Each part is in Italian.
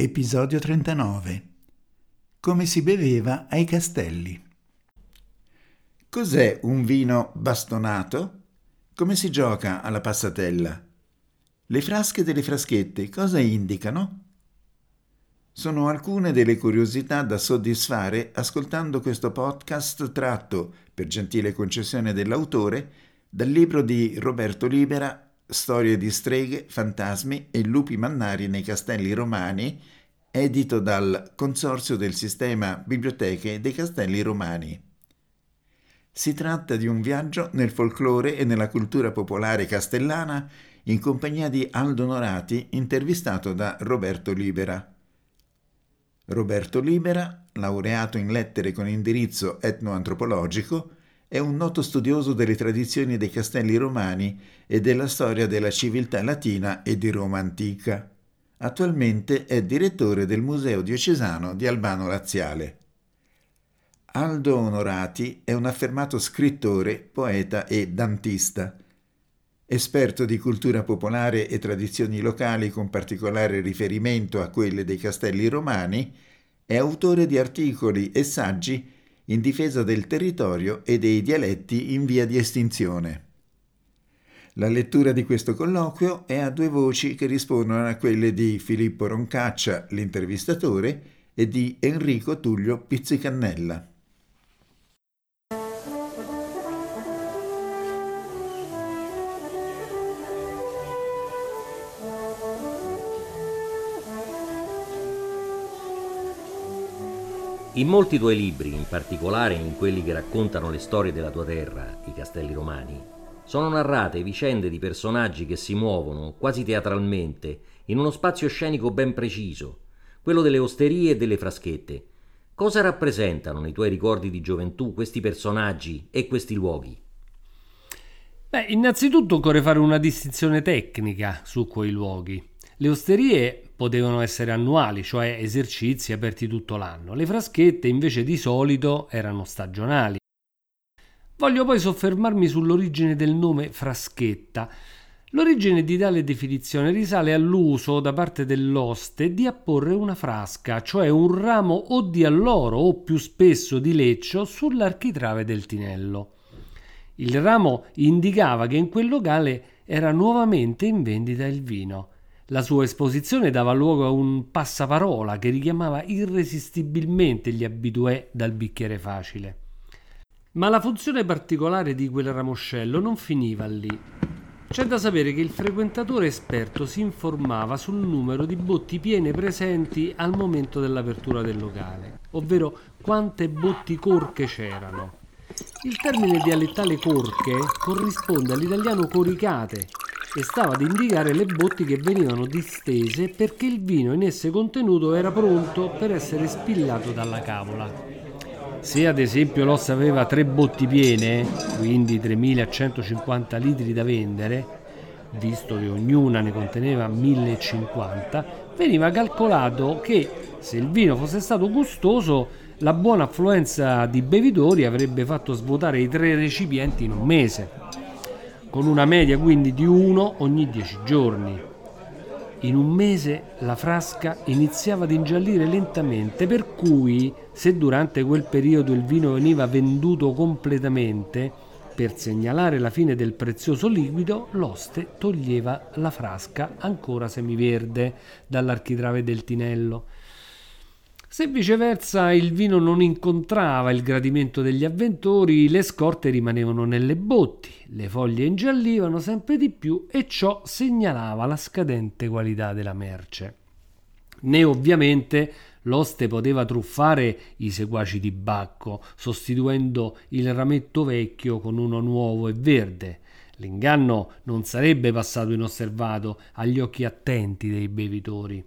Episodio 39. Come si beveva ai castelli. Cos'è un vino bastonato? Come si gioca alla passatella? Le frasche delle fraschette cosa indicano? Sono alcune delle curiosità da soddisfare ascoltando questo podcast tratto, per gentile concessione dell'autore, dal libro di Roberto Libera Storie di streghe, fantasmi e lupi mannari nei castelli romani, edito dal Consorzio del Sistema Biblioteche dei Castelli Romani. Si tratta di un viaggio nel folklore e nella cultura popolare castellana in compagnia di Aldo Norati, intervistato da Roberto Libera. Roberto Libera, laureato in lettere con indirizzo etnoantropologico, è un noto studioso delle tradizioni dei castelli romani e della storia della civiltà latina e di Roma antica. Attualmente è direttore del Museo Diocesano di Albano Laziale. Aldo Onorati è un affermato scrittore, poeta e dantista. Esperto di cultura popolare e tradizioni locali con particolare riferimento a quelle dei castelli romani, è autore di articoli e saggi in difesa del territorio e dei dialetti in via di estinzione. La lettura di questo colloquio è a due voci che rispondono a quelle di Filippo Roncaccia, l'intervistatore, e di Enrico Tullio Pizzicannella. In molti tuoi libri, in particolare in quelli che raccontano le storie della tua terra, i castelli romani, sono narrate vicende di personaggi che si muovono, quasi teatralmente, in uno spazio scenico ben preciso, quello delle osterie e delle fraschette. Cosa rappresentano nei tuoi ricordi di gioventù questi personaggi e questi luoghi? Innanzitutto occorre fare una distinzione tecnica su quei luoghi. Le osterie potevano essere annuali, cioè esercizi aperti tutto l'anno. Le fraschette invece di solito erano stagionali. Voglio poi soffermarmi sull'origine del nome fraschetta. L'origine di tale definizione risale all'uso da parte dell'oste di apporre una frasca, cioè un ramo o di alloro o più spesso di leccio sull'architrave del tinello. Il ramo indicava che in quel locale era nuovamente in vendita il vino. La sua esposizione dava luogo a un passaparola che richiamava irresistibilmente gli abitué dal bicchiere facile. Ma la funzione particolare di quel ramoscello non finiva lì. C'è da sapere che il frequentatore esperto si informava sul numero di botti piene presenti al momento dell'apertura del locale, ovvero quante botti corche c'erano. Il termine dialettale corche corrisponde all'italiano coricate e stava ad indicare le botti che venivano distese perché il vino in esse contenuto era pronto per essere spillato dalla cavola. Se ad esempio l'ossa aveva 3 botti piene, quindi 3150 litri da vendere, visto che ognuna ne conteneva 1050, veniva calcolato che se il vino fosse stato gustoso, la buona affluenza di bevitori avrebbe fatto svuotare i 3 recipienti in un mese, con una media quindi di 1 ogni 10 giorni. In un mese la frasca iniziava ad ingiallire lentamente, per cui se durante quel periodo il vino veniva venduto completamente, per segnalare la fine del prezioso liquido, l'oste toglieva la frasca ancora semiverde dall'architrave del tinello. Se viceversa il vino non incontrava il gradimento degli avventori, le scorte rimanevano nelle botti, le foglie ingiallivano sempre di più e ciò segnalava la scadente qualità della merce. Né ovviamente l'oste poteva truffare i seguaci di Bacco, sostituendo il rametto vecchio con uno nuovo e verde. L'inganno non sarebbe passato inosservato agli occhi attenti dei bevitori.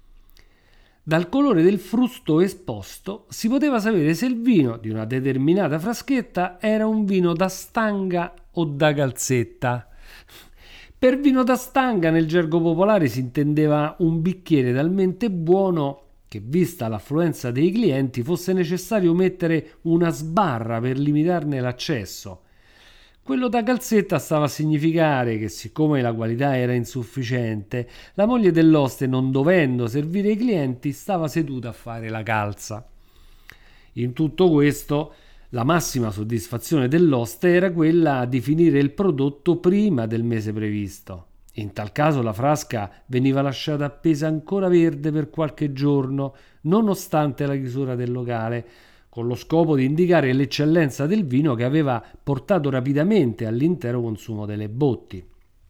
Dal colore del frusto esposto si poteva sapere se il vino di una determinata fraschetta era un vino da stanga o da calzetta. Per vino da stanga nel gergo popolare si intendeva un bicchiere talmente buono che, vista l'affluenza dei clienti, fosse necessario mettere una sbarra per limitarne l'accesso. Quello da calzetta stava a significare che, siccome la qualità era insufficiente, la moglie dell'oste, non dovendo servire i clienti, stava seduta a fare la calza. In tutto questo, la massima soddisfazione dell'oste era quella di finire il prodotto prima del mese previsto. In tal caso la frasca veniva lasciata appesa ancora verde per qualche giorno, nonostante la chiusura del locale, con lo scopo di indicare l'eccellenza del vino che aveva portato rapidamente all'intero consumo delle botti.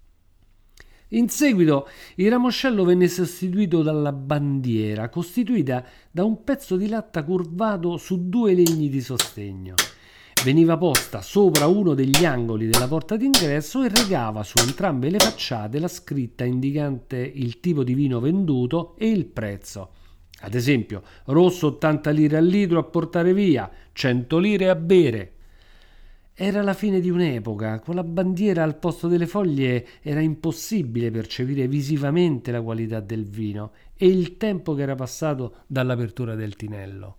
In seguito il ramoscello venne sostituito dalla bandiera, costituita da un pezzo di latta curvato su 2 legni di sostegno. Veniva posta sopra uno degli angoli della porta d'ingresso e recava su entrambe le facciate la scritta indicante il tipo di vino venduto e il prezzo. Ad esempio, rosso 80 lire al litro a portare via, 100 lire a bere. Era la fine di un'epoca. Con la bandiera al posto delle foglie era impossibile percepire visivamente la qualità del vino e il tempo che era passato dall'apertura del tinello.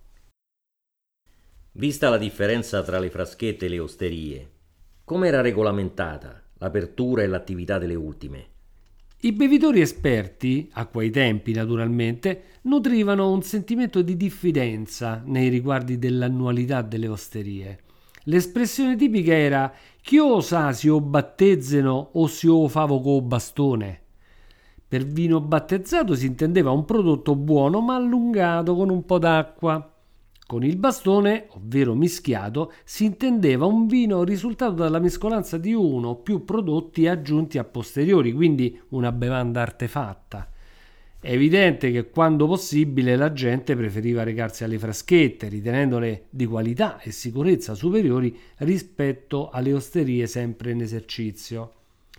Vista la differenza tra le fraschette e le osterie, come era regolamentata l'apertura e l'attività delle ultime? I bevitori esperti, a quei tempi naturalmente, nutrivano un sentimento di diffidenza nei riguardi dell'annualità delle osterie. L'espressione tipica era «Chi o sa si o battezzano o si o favo co bastone». Per vino battezzato si intendeva un prodotto buono ma allungato con un po' d'acqua. Con il bastone, ovvero mischiato, si intendeva un vino risultato dalla mescolanza di uno o più prodotti aggiunti a posteriori, quindi una bevanda artefatta. È evidente che quando possibile la gente preferiva recarsi alle fraschette, ritenendole di qualità e sicurezza superiori rispetto alle osterie sempre in esercizio.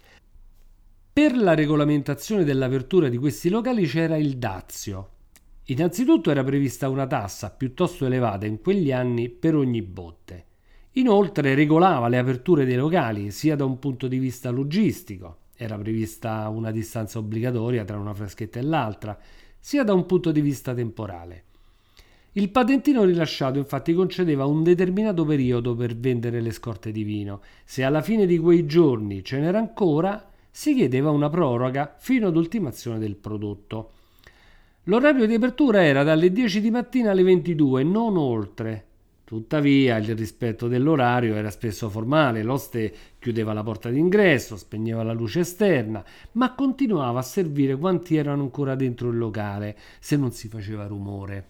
Per la regolamentazione dell'apertura di questi locali c'era il dazio. Innanzitutto era prevista una tassa piuttosto elevata in quegli anni per ogni botte. Inoltre regolava le aperture dei locali sia da un punto di vista logistico, era prevista una distanza obbligatoria tra una fraschetta e l'altra, sia da un punto di vista temporale. Il patentino rilasciato infatti concedeva un determinato periodo per vendere le scorte di vino. Se alla fine di quei giorni ce n'era ancora, si chiedeva una proroga fino ad ultimazione del prodotto. L'orario di apertura era dalle 10 di mattina alle 22, non oltre. Tuttavia il rispetto dell'orario era spesso formale, l'oste chiudeva la porta d'ingresso, spegneva la luce esterna, ma continuava a servire quanti erano ancora dentro il locale, se non si faceva rumore.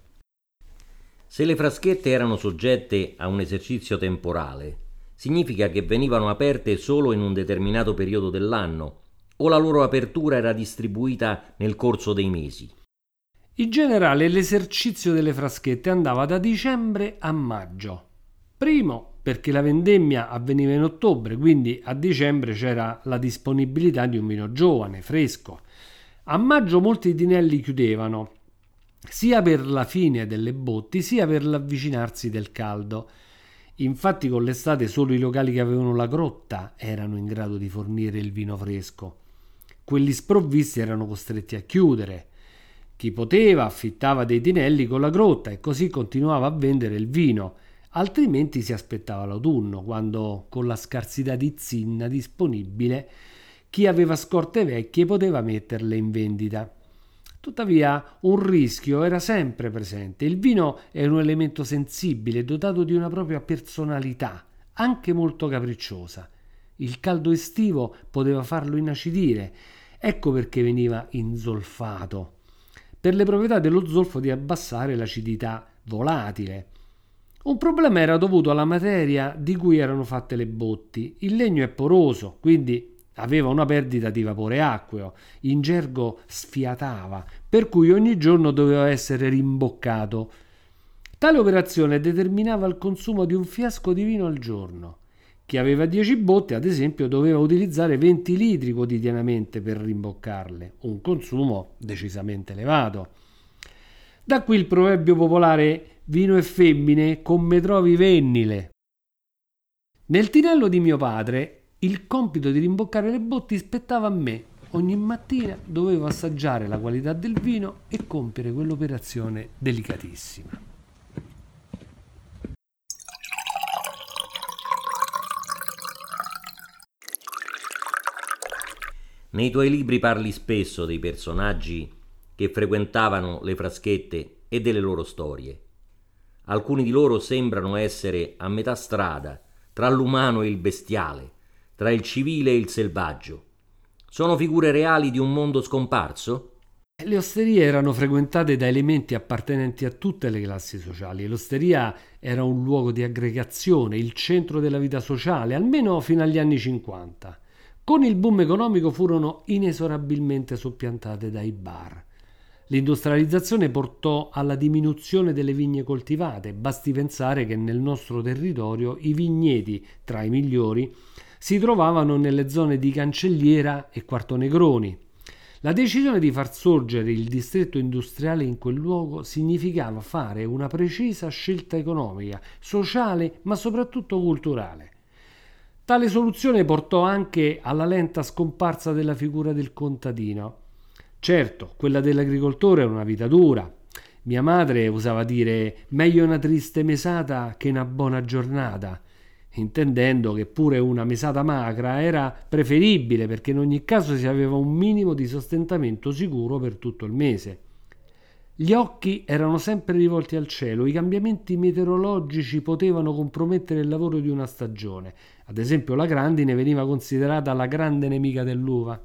Se le fraschette erano soggette a un esercizio temporale, significa che venivano aperte solo in un determinato periodo dell'anno, o la loro apertura era distribuita nel corso dei mesi? In generale l'esercizio delle fraschette andava da dicembre a maggio. Primo, perché la vendemmia avveniva in ottobre, quindi a dicembre c'era la disponibilità di un vino giovane, fresco. A maggio molti tinelli chiudevano, sia per la fine delle botti, sia per l'avvicinarsi del caldo. Infatti con l'estate solo i locali che avevano la grotta erano in grado di fornire il vino fresco. Quelli sprovvisti erano costretti a chiudere. Chi poteva affittava dei tinelli con la grotta e così continuava a vendere il vino, altrimenti si aspettava l'autunno, quando con la scarsità di zinna disponibile chi aveva scorte vecchie poteva metterle in vendita. Tuttavia un rischio era sempre presente. Il vino è un elemento sensibile, dotato di una propria personalità, anche molto capricciosa. Il caldo estivo poteva farlo inacidire, ecco perché veniva inzolfato, per le proprietà dello zolfo di abbassare l'acidità volatile. Un problema era dovuto alla materia di cui erano fatte le botti. Il legno è poroso, quindi aveva una perdita di vapore acqueo, in gergo sfiatava, per cui ogni giorno doveva essere rimboccato. Tale operazione determinava il consumo di un fiasco di vino al giorno. Chi aveva 10 botte, ad esempio, doveva utilizzare 20 litri quotidianamente per rimboccarle, un consumo decisamente elevato. Da qui il proverbio popolare «vino e femmine, come trovi vennile». Nel tinello di mio padre il compito di rimboccare le botti spettava a me. Ogni mattina dovevo assaggiare la qualità del vino e compiere quell'operazione delicatissima. Nei tuoi libri parli spesso dei personaggi che frequentavano le fraschette e delle loro storie. Alcuni di loro sembrano essere a metà strada tra l'umano e il bestiale, tra il civile e il selvaggio. Sono figure reali di un mondo scomparso? Le osterie erano frequentate da elementi appartenenti a tutte le classi sociali. L'osteria era un luogo di aggregazione, il centro della vita sociale, almeno fino agli anni 50. Con il boom economico furono inesorabilmente soppiantate dai bar. L'industrializzazione portò alla diminuzione delle vigne coltivate. Basti pensare che nel nostro territorio i vigneti, tra i migliori, si trovavano nelle zone di Cancelliera e Quartonegroni. La decisione di far sorgere il distretto industriale in quel luogo significava fare una precisa scelta economica, sociale, ma soprattutto culturale. Tale soluzione portò anche alla lenta scomparsa della figura del contadino. Certo, quella dell'agricoltore era una vita dura. Mia madre usava dire meglio una triste mesata che una buona giornata, intendendo che pure una mesata magra era preferibile perché in ogni caso si aveva un minimo di sostentamento sicuro per tutto il mese. Gli occhi erano sempre rivolti al cielo, i cambiamenti meteorologici potevano compromettere il lavoro di una stagione. Ad esempio la grandine veniva considerata la grande nemica dell'uva.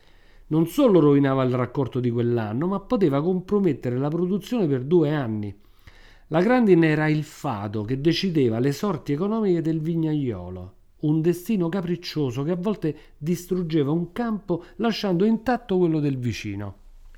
Non solo rovinava il raccolto di quell'anno, ma poteva compromettere la produzione per 2 anni. La grandine era il fato che decideva le sorti economiche del vignaiolo, un destino capriccioso che a volte distruggeva un campo lasciando intatto quello del vicino.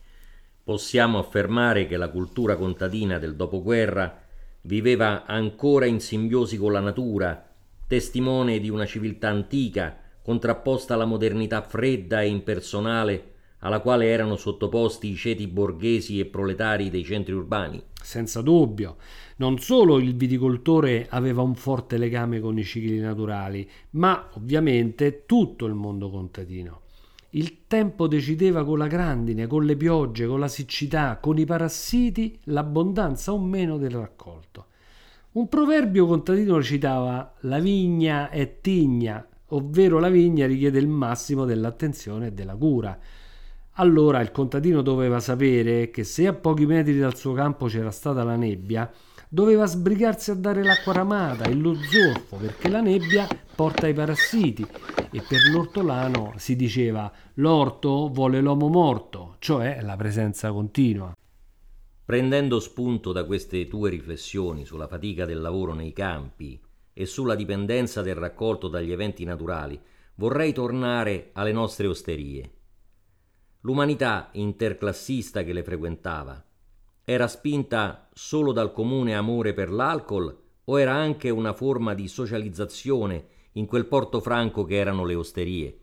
Possiamo affermare che la cultura contadina del dopoguerra viveva ancora in simbiosi con la natura, testimone di una civiltà antica, contrapposta alla modernità fredda e impersonale alla quale erano sottoposti i ceti borghesi e proletari dei centri urbani. Senza dubbio, non solo il viticoltore aveva un forte legame con i cicli naturali, ma ovviamente tutto il mondo contadino. Il tempo decideva con la grandine, con le piogge, con la siccità, con i parassiti, l'abbondanza o meno del raccolto. Un proverbio contadino recitava «La vigna è tigna», ovvero la vigna richiede il massimo dell'attenzione e della cura. Allora il contadino doveva sapere che se a pochi metri dal suo campo c'era stata la nebbia, doveva sbrigarsi a dare l'acqua ramata e lo zolfo, perché la nebbia porta i parassiti, e per l'ortolano si diceva l'orto vuole l'uomo morto, cioè la presenza continua. Prendendo spunto da queste tue riflessioni sulla fatica del lavoro nei campi e sulla dipendenza del raccolto dagli eventi naturali, vorrei tornare alle nostre osterie. L'umanità interclassista che le frequentava era spinta solo dal comune amore per l'alcol o era anche una forma di socializzazione in quel porto franco che erano le osterie?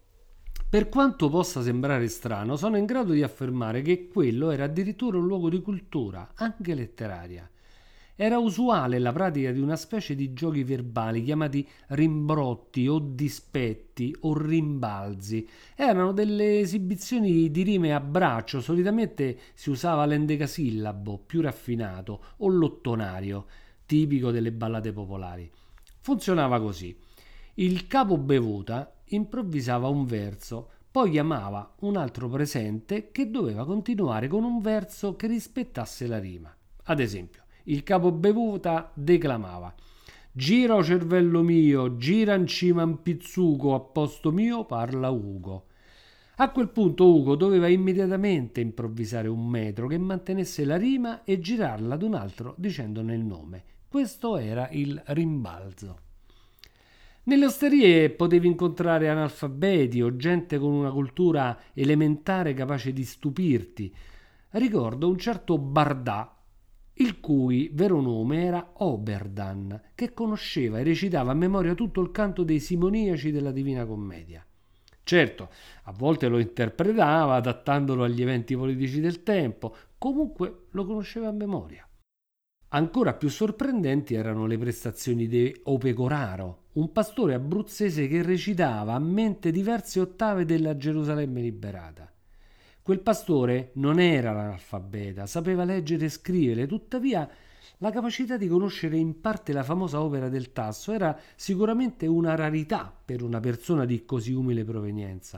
Per quanto possa sembrare strano, sono in grado di affermare che quello era addirittura un luogo di cultura, anche letteraria. Era usuale la pratica di una specie di giochi verbali chiamati rimbrotti o dispetti o rimbalzi. Erano delle esibizioni di rime a braccio, solitamente si usava l'endecasillabo più raffinato o l'ottonario, tipico delle ballate popolari. Funzionava così. Il capo bevuta improvvisava un verso, poi chiamava un altro presente che doveva continuare con un verso che rispettasse la rima. Ad esempio, il capo bevuta declamava: «Gira o cervello mio, gira in cima un pizzuco, a posto mio parla Ugo». A quel punto Ugo doveva immediatamente improvvisare un metro che mantenesse la rima e girarla ad un altro dicendone il nome. Questo era il rimbalzo. Nelle osterie potevi incontrare analfabeti o gente con una cultura elementare capace di stupirti. Ricordo un certo Bardà, il cui vero nome era Oberdan, che conosceva e recitava a memoria tutto il canto dei simoniaci della Divina Commedia. Certo, a volte lo interpretava adattandolo agli eventi politici del tempo, comunque lo conosceva a memoria. Ancora più sorprendenti erano le prestazioni di O Pecoraro, un pastore abruzzese che recitava a mente diverse ottave della Gerusalemme liberata. Quel pastore non era l'analfabeta, sapeva leggere e scrivere, tuttavia la capacità di conoscere in parte la famosa opera del Tasso era sicuramente una rarità per una persona di così umile provenienza.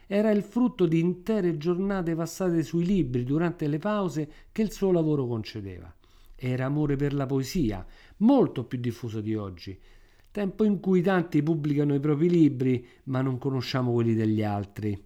era il frutto di intere giornate passate sui libri durante le pause che il suo lavoro concedeva. Era amore per la poesia, molto più diffuso di oggi, tempo in cui tanti pubblicano i propri libri, ma non conosciamo quelli degli altri.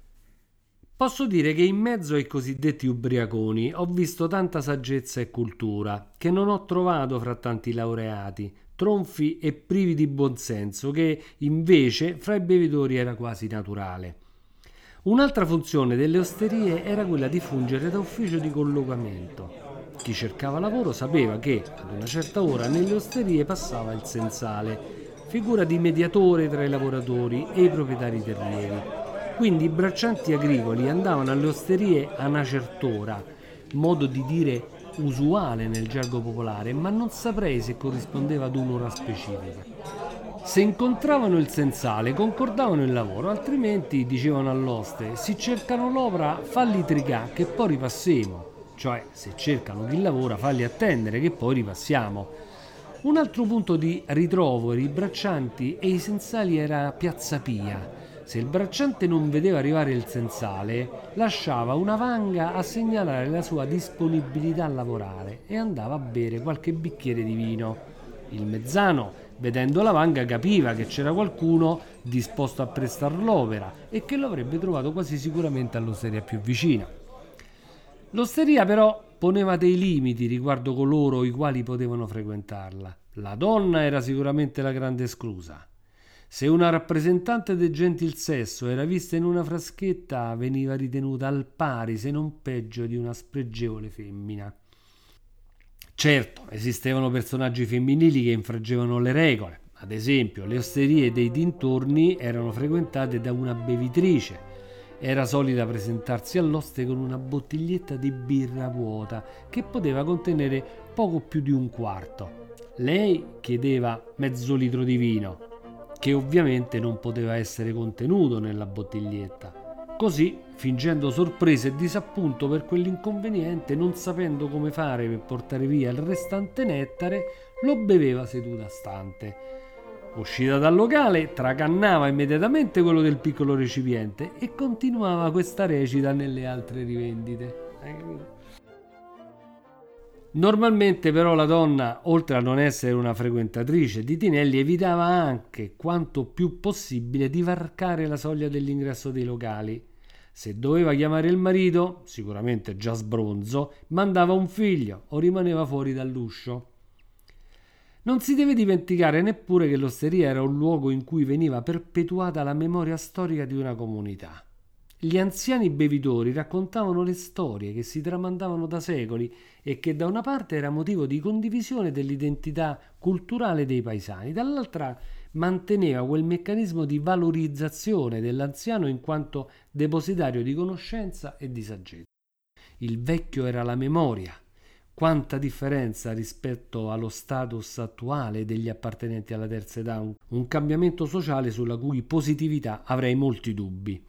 Posso dire che in mezzo ai cosiddetti ubriaconi ho visto tanta saggezza e cultura, che non ho trovato fra tanti laureati, tronfi e privi di buonsenso, che invece fra i bevitori era quasi naturale. Un'altra funzione delle osterie era quella di fungere da ufficio di collocamento. Chi cercava lavoro sapeva che ad una certa ora nelle osterie passava il sensale, figura di mediatore tra i lavoratori e i proprietari terrieri. Quindi i braccianti agricoli andavano alle osterie a una cert'ora, modo di dire usuale nel gergo popolare, ma non saprei se corrispondeva ad un'ora specifica. Se incontravano il sensale concordavano il lavoro, altrimenti dicevano all'oste: si cercano l'opera, falli tricà che poi ripassemo. Cioè, se cercano chi lavora, falli attendere che poi ripassiamo. Un altro punto di ritrovo per i braccianti e i sensali era Piazza Pia. Se il bracciante non vedeva arrivare il sensale, lasciava una vanga a segnalare la sua disponibilità a lavorare e andava a bere qualche bicchiere di vino. Il mezzano, vedendo la vanga, capiva che c'era qualcuno disposto a prestar l'opera e che lo avrebbe trovato quasi sicuramente all'osteria più vicina. L'osteria però poneva dei limiti riguardo coloro i quali potevano frequentarla. La donna era sicuramente la grande esclusa. Se una rappresentante del gentil sesso era vista in una fraschetta, veniva ritenuta al pari, se non peggio, di una spregevole femmina. Certo, esistevano personaggi femminili che infrangevano le regole. Ad esempio, le osterie dei dintorni erano frequentate da una bevitrice. Era solita presentarsi all'oste con una bottiglietta di birra vuota che poteva contenere poco più di un quarto. Lei chiedeva mezzo litro di vino, che ovviamente non poteva essere contenuto nella bottiglietta. Così, fingendo sorpresa e disappunto per quell'inconveniente, non sapendo come fare per portare via il restante nettare, lo beveva seduta stante. Uscita dal locale, tracannava immediatamente quello del piccolo recipiente e continuava questa recita nelle altre rivendite. Normalmente però la donna, oltre a non essere una frequentatrice di tinelli, evitava anche quanto più possibile di varcare la soglia dell'ingresso dei locali. Se doveva chiamare il marito, sicuramente già sbronzo, mandava un figlio o rimaneva fuori dall'uscio. Non si deve dimenticare neppure che l'osteria era un luogo in cui veniva perpetuata la memoria storica di una comunità. Gli anziani bevitori raccontavano le storie che si tramandavano da secoli e che da una parte era motivo di condivisione dell'identità culturale dei paesani, dall'altra manteneva quel meccanismo di valorizzazione dell'anziano in quanto depositario di conoscenza e di saggezza. Il vecchio era la memoria. Quanta differenza rispetto allo status attuale degli appartenenti alla terza età, un cambiamento sociale sulla cui positività avrei molti dubbi.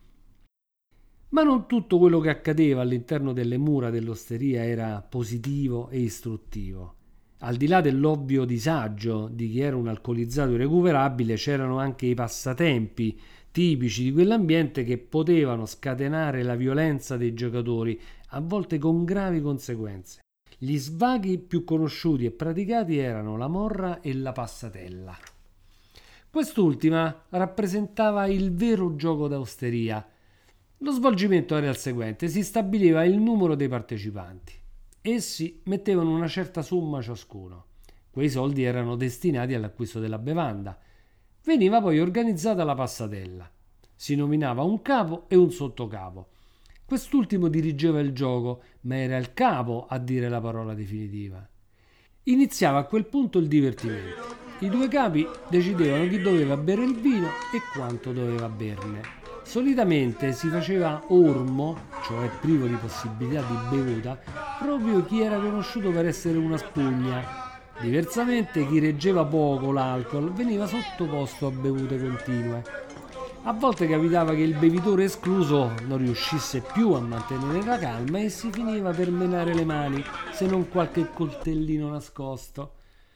Ma non tutto quello che accadeva all'interno delle mura dell'osteria era positivo e istruttivo. Al di là dell'ovvio disagio di chi era un alcolizzato irrecuperabile, c'erano anche i passatempi tipici di quell'ambiente che potevano scatenare la violenza dei giocatori, a volte con gravi conseguenze. Gli svaghi più conosciuti e praticati erano la morra e la passatella. Quest'ultima rappresentava il vero gioco da osteria. Lo svolgimento era il seguente: si stabiliva il numero dei partecipanti. Essi mettevano una certa somma ciascuno. Quei soldi erano destinati all'acquisto della bevanda. Veniva poi organizzata la passatella. Si nominava un capo e un sottocapo. Quest'ultimo dirigeva il gioco, ma era il capo a dire la parola definitiva. Iniziava a quel punto il divertimento. I due capi decidevano chi doveva bere il vino e quanto doveva berne. Solitamente si faceva ormo, cioè privo di possibilità di bevuta, proprio chi era conosciuto per essere una spugna. Diversamente, chi reggeva poco l'alcol veniva sottoposto a bevute continue. A volte capitava che il bevitore escluso non riuscisse più a mantenere la calma e si finiva per menare le mani, se non qualche coltellino nascosto.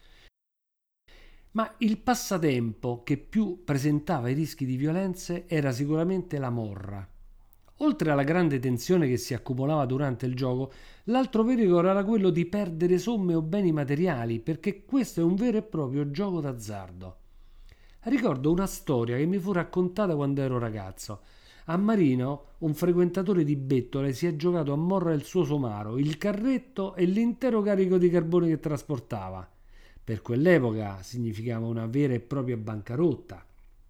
Ma il passatempo che più presentava i rischi di violenze era sicuramente la morra. Oltre alla grande tensione che si accumulava durante il gioco, l'altro pericolo era quello di perdere somme o beni materiali, perché questo è un vero e proprio gioco d'azzardo. Ricordo una storia che mi fu raccontata quando ero ragazzo. A Marino, un frequentatore di bettole si è giocato a morra il suo somaro, il carretto e l'intero carico di carbone che trasportava. Per quell'epoca significava una vera e propria bancarotta.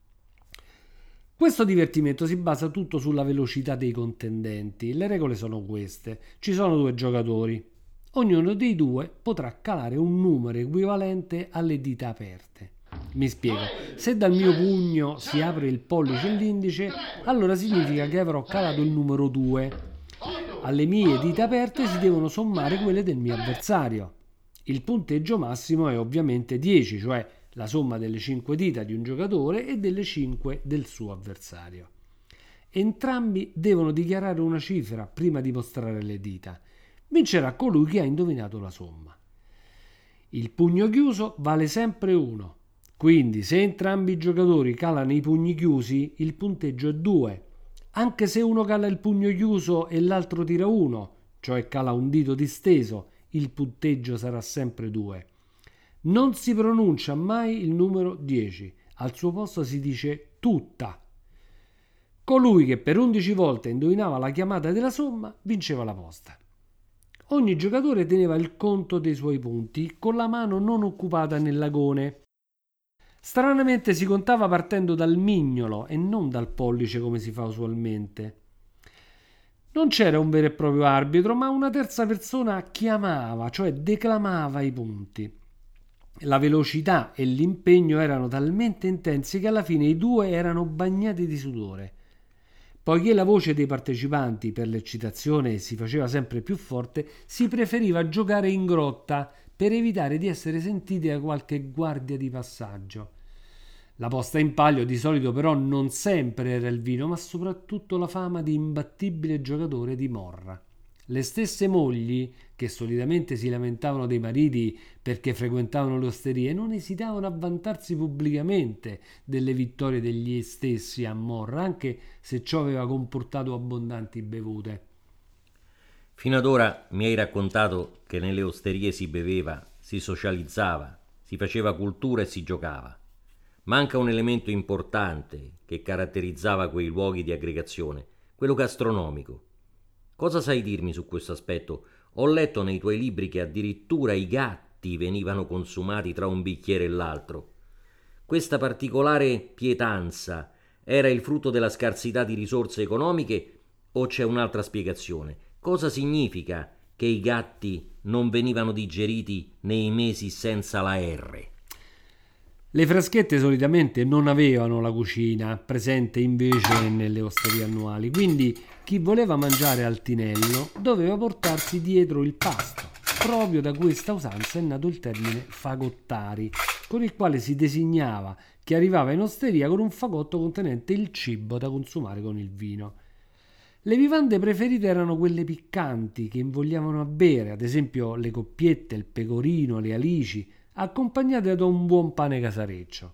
Questo divertimento si basa tutto sulla velocità dei contendenti. Le regole sono queste. Ci sono 2 giocatori. Ognuno dei 2 potrà calare un numero equivalente alle dita aperte. Mi spiego. Se dal mio pugno si apre il pollice e l'indice, allora significa che avrò calato il numero 2. Alle mie dita aperte si devono sommare quelle del mio avversario. Il punteggio massimo è ovviamente 10, cioè la somma delle 5 dita di un giocatore e delle 5 del suo avversario. Entrambi devono dichiarare una cifra prima di mostrare le dita. Vincerà colui che ha indovinato la somma. Il pugno chiuso vale sempre 1. Quindi se entrambi i giocatori calano i pugni chiusi, il punteggio è 2. Anche se uno cala il pugno chiuso e l'altro tira 1, cioè cala un dito disteso, il punteggio sarà sempre 2. Non si pronuncia mai il numero 10, al suo posto si dice tutta. Colui che per 11 volte indovinava la chiamata della somma vinceva la posta. Ogni giocatore teneva il conto dei suoi punti con la mano non occupata nell'agone. Stranamente si contava partendo dal mignolo e non dal pollice come si fa usualmente. Non c'era un vero e proprio arbitro, ma una terza persona chiamava, cioè declamava i punti. La velocità e l'impegno erano talmente intensi che alla fine i 2 erano bagnati di sudore. Poiché la voce dei partecipanti per l'eccitazione si faceva sempre più forte, si preferiva giocare in grotta per evitare di essere sentiti da qualche guardia di passaggio. La posta in palio di solito però non sempre era il vino, ma soprattutto la fama di imbattibile giocatore di morra. Le stesse mogli, che solitamente si lamentavano dei mariti perché frequentavano le osterie, non esitavano a vantarsi pubblicamente delle vittorie degli stessi a morra, anche se ciò aveva comportato abbondanti bevute. Fino ad ora mi hai raccontato che nelle osterie si beveva, si socializzava, si faceva cultura e si giocava. Manca un elemento importante che caratterizzava quei luoghi di aggregazione, quello gastronomico. Cosa sai dirmi su questo aspetto? Ho letto nei tuoi libri che addirittura i gatti venivano consumati tra un bicchiere e l'altro. Questa particolare pietanza era il frutto della scarsità di risorse economiche o c'è un'altra spiegazione? Cosa significa che i gatti non venivano digeriti nei mesi senza la R? Le fraschette solitamente non avevano la cucina presente invece nelle osterie annuali, quindi chi voleva mangiare al tinello doveva portarsi dietro il pasto. Proprio da questa usanza è nato il termine fagottari, con il quale si designava chi arrivava in osteria con un fagotto contenente il cibo da consumare con il vino. Le vivande preferite erano quelle piccanti che invogliavano a bere, ad esempio le coppiette, il pecorino, le alici, accompagnate da un buon pane casareccio.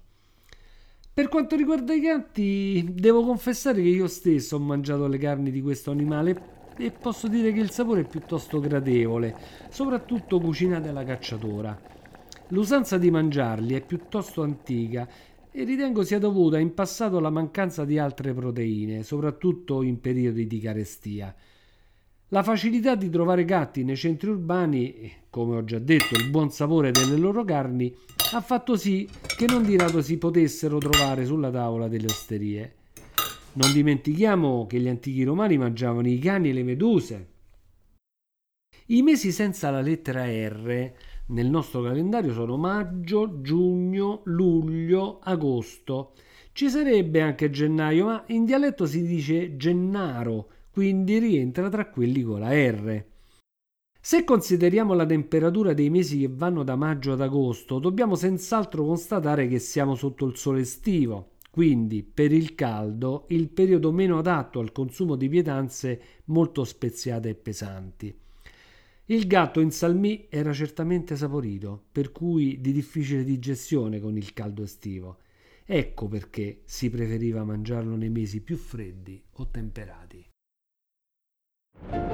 Per quanto riguarda i gatti, devo confessare che io stesso ho mangiato le carni di questo animale e posso dire che il sapore è piuttosto gradevole, soprattutto cucinate alla cacciatora. L'usanza di mangiarli è piuttosto antica e ritengo sia dovuta in passato alla mancanza di altre proteine, soprattutto in periodi di carestia. La facilità di trovare gatti nei centri urbani, come ho già detto, il buon sapore delle loro carni, ha fatto sì che non di rado si potessero trovare sulla tavola delle osterie. Non dimentichiamo che gli antichi romani mangiavano i cani e le meduse. I mesi senza la lettera R nel nostro calendario sono maggio, giugno, luglio, agosto. Ci sarebbe anche gennaio, ma in dialetto si dice gennaro, quindi rientra tra quelli con la R. Se consideriamo la temperatura dei mesi che vanno da maggio ad agosto, dobbiamo senz'altro constatare che siamo sotto il sole estivo, quindi per il caldo il periodo meno adatto al consumo di pietanze molto speziate e pesanti. Il gatto in salmì era certamente saporito, per cui di difficile digestione con il caldo estivo. Ecco perché si preferiva mangiarlo nei mesi più freddi o temperati. Thank you.